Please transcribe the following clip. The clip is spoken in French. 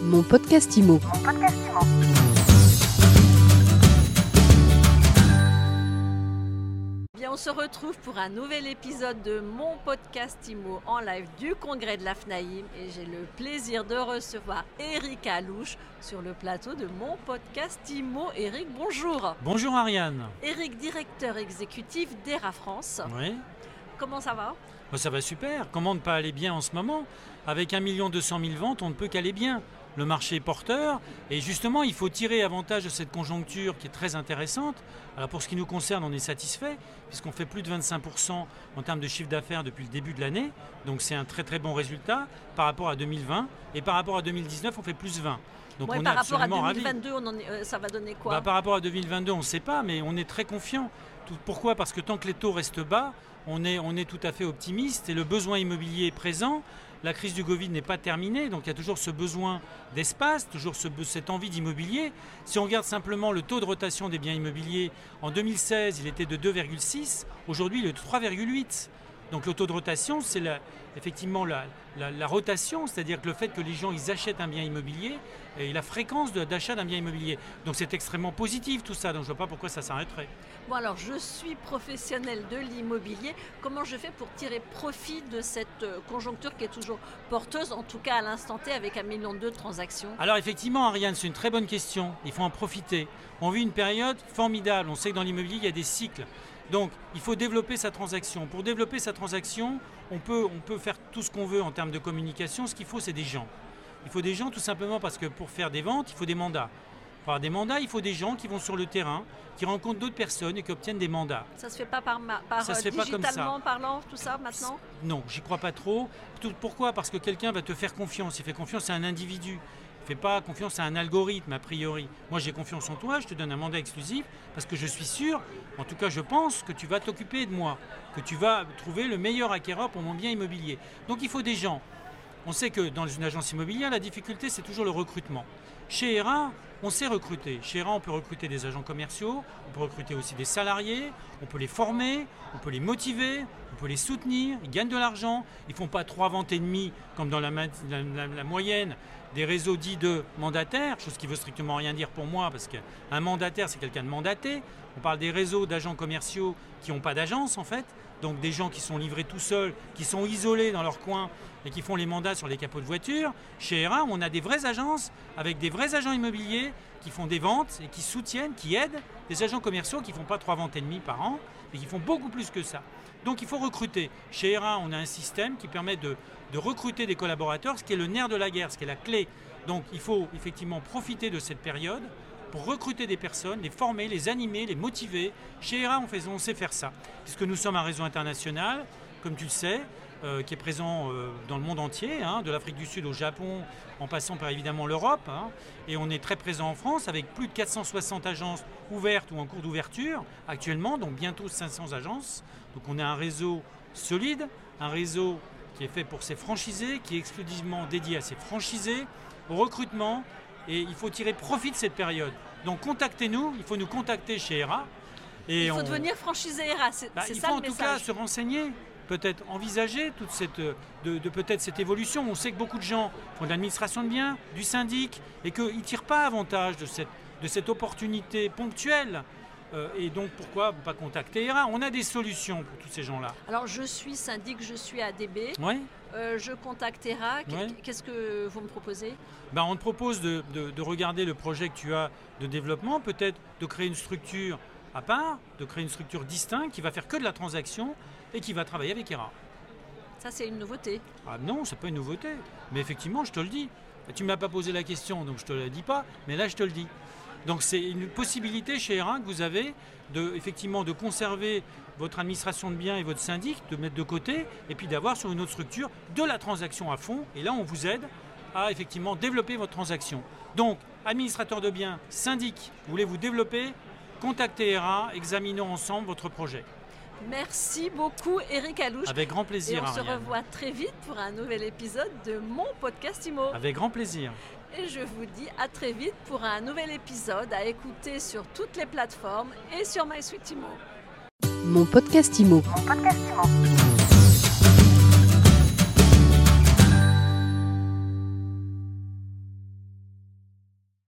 Mon podcast IMO. Bien, on se retrouve pour un nouvel épisode de mon podcast IMO en live du congrès de la FNAIM et j'ai le plaisir de recevoir Eric Alouche sur le plateau de mon podcast IMO. Eric, bonjour. Bonjour Ariane. Eric, directeur exécutif d'ERA France. Oui. Comment ça va ? Ça va super. Comment ne pas aller bien en ce moment ? Avec 1 200 000 ventes, on ne peut qu'aller bien. Le marché est porteur et justement, il faut tirer avantage de cette conjoncture qui est très intéressante. Alors pour ce qui nous concerne, on est satisfait puisqu'on fait plus de 25% en termes de chiffre d'affaires depuis le début de l'année. Donc c'est un très très bon résultat par rapport à 2020 et par rapport à 2019, on fait plus 20. Donc on par est rapport à absolument 2022, ça va donner quoi ? Par rapport à 2022, on ne sait pas, mais on est très confiant. Pourquoi ? Parce que tant que les taux restent bas, on est tout à fait optimiste et le besoin immobilier est présent. La crise du Covid n'est pas terminée, donc il y a toujours ce besoin d'espace, toujours cette envie d'immobilier. Si on regarde simplement le taux de rotation des biens immobiliers, en 2016, il était de 2,6, aujourd'hui il est de 3,8. Donc le taux de rotation, c'est effectivement la rotation, c'est-à-dire que le fait que les gens ils achètent un bien immobilier et la fréquence d'achat d'un bien immobilier. Donc c'est extrêmement positif tout ça, donc je ne vois pas pourquoi ça s'arrêterait. Bon alors je suis professionnel de l'immobilier, comment je fais pour tirer profit de cette conjoncture qui est toujours porteuse, en tout cas à l'instant T avec 1,2 million de transactions ? Alors effectivement Ariane, c'est une très bonne question, il faut en profiter. On vit une période formidable, on sait que dans l'immobilier il y a des cycles. Donc, il faut développer sa transaction. Pour développer sa transaction, on peut faire tout ce qu'on veut en termes de communication. Ce qu'il faut, c'est des gens. Il faut des gens tout simplement parce que pour faire des ventes, il faut des mandats. Pour avoir des mandats, il faut des gens qui vont sur le terrain, qui rencontrent d'autres personnes et qui obtiennent des mandats. Ça se fait pas par digitalement parlant, tout ça, maintenant ? Non, j'y crois pas trop. Pourquoi ? Parce que quelqu'un va te faire confiance. Il fait confiance à un individu. Fais pas confiance à un algorithme a priori. Moi j'ai confiance en toi, je te donne un mandat exclusif parce que je suis sûr, en tout cas je pense que tu vas t'occuper de moi, que tu vas trouver le meilleur acquéreur pour mon bien immobilier. Donc il faut des gens. On sait que dans une agence immobilière, la difficulté c'est toujours le recrutement. Chez ERA, on sait recruter. Chez ERA, on peut recruter des agents commerciaux, on peut recruter aussi des salariés, on peut les former, on peut les motiver, on peut les soutenir, ils gagnent de l'argent, ils ne font pas 3 ventes et demie comme dans la moyenne des réseaux dits de mandataires, chose qui ne veut strictement rien dire pour moi, parce qu'un mandataire, c'est quelqu'un de mandaté. On parle des réseaux d'agents commerciaux qui n'ont pas d'agence, en fait, donc des gens qui sont livrés tout seuls, qui sont isolés dans leur coin et qui font les mandats sur les capots de voiture. Chez ERA, on a des vraies agences avec des vrais agents immobiliers qui font des ventes et qui soutiennent, qui aident des agents commerciaux qui ne font pas 3 ventes et demie par an, mais qui font beaucoup plus que ça. Donc il faut recruter. Chez ERA, on a un système qui permet de recruter des collaborateurs, ce qui est le nerf de la guerre, ce qui est la clé. Donc il faut effectivement profiter de cette période pour recruter des personnes, les former, les animer, les motiver. Chez ERA, on sait faire ça, puisque nous sommes un réseau international, comme tu le sais, qui est présent dans le monde entier, de l'Afrique du Sud au Japon, en passant par évidemment l'Europe. Et on est très présent en France, avec plus de 460 agences ouvertes ou en cours d'ouverture actuellement, donc bientôt 500 agences. Donc on a un réseau solide, un réseau qui est fait pour ses franchisés, qui est exclusivement dédié à ses franchisés, au recrutement, et il faut tirer profit de cette période. Donc contactez-nous, il faut nous contacter chez ERA. Et il faut devenir franchisé ERA, c'est ça le message. Il faut en tout cas se renseigner, peut-être envisager toute peut-être cette évolution. On sait que beaucoup de gens font de l'administration de biens, du syndic, et qu'ils ne tirent pas avantage de cette opportunité ponctuelle. Et donc pourquoi pas contacter ERA ? On a des solutions pour tous ces gens-là. Alors je suis syndic, je suis ADB, oui. Je contacte ERA, oui. Qu'est-ce que vous me proposez ? On te propose de regarder le projet que tu as de développement, peut-être de créer une structure à part, de créer une structure distincte qui va faire que de la transaction et qui va travailler avec ERA. Ça c'est une nouveauté. Ah non, c'est pas une nouveauté, mais effectivement je te le dis. Tu ne m'as pas posé la question donc je ne te la dis pas, mais là je te le dis. Donc c'est une possibilité chez ERA que vous avez effectivement de conserver votre administration de biens et votre syndic, de mettre de côté et puis d'avoir sur une autre structure de la transaction à fond. Et là, on vous aide à effectivement développer votre transaction. Donc, administrateur de biens, syndic, voulez-vous développer ? Contactez ERA, examinons ensemble votre projet. Merci beaucoup Eric Alouche. Avec grand plaisir. Et on se Ariane. revoit très vite pour un nouvel épisode de mon podcast IMO. Avec grand plaisir. Et je vous dis à très vite pour un nouvel épisode à écouter sur toutes les plateformes et sur MySuite IMO. Mon podcast IMO. Mon podcast IMO.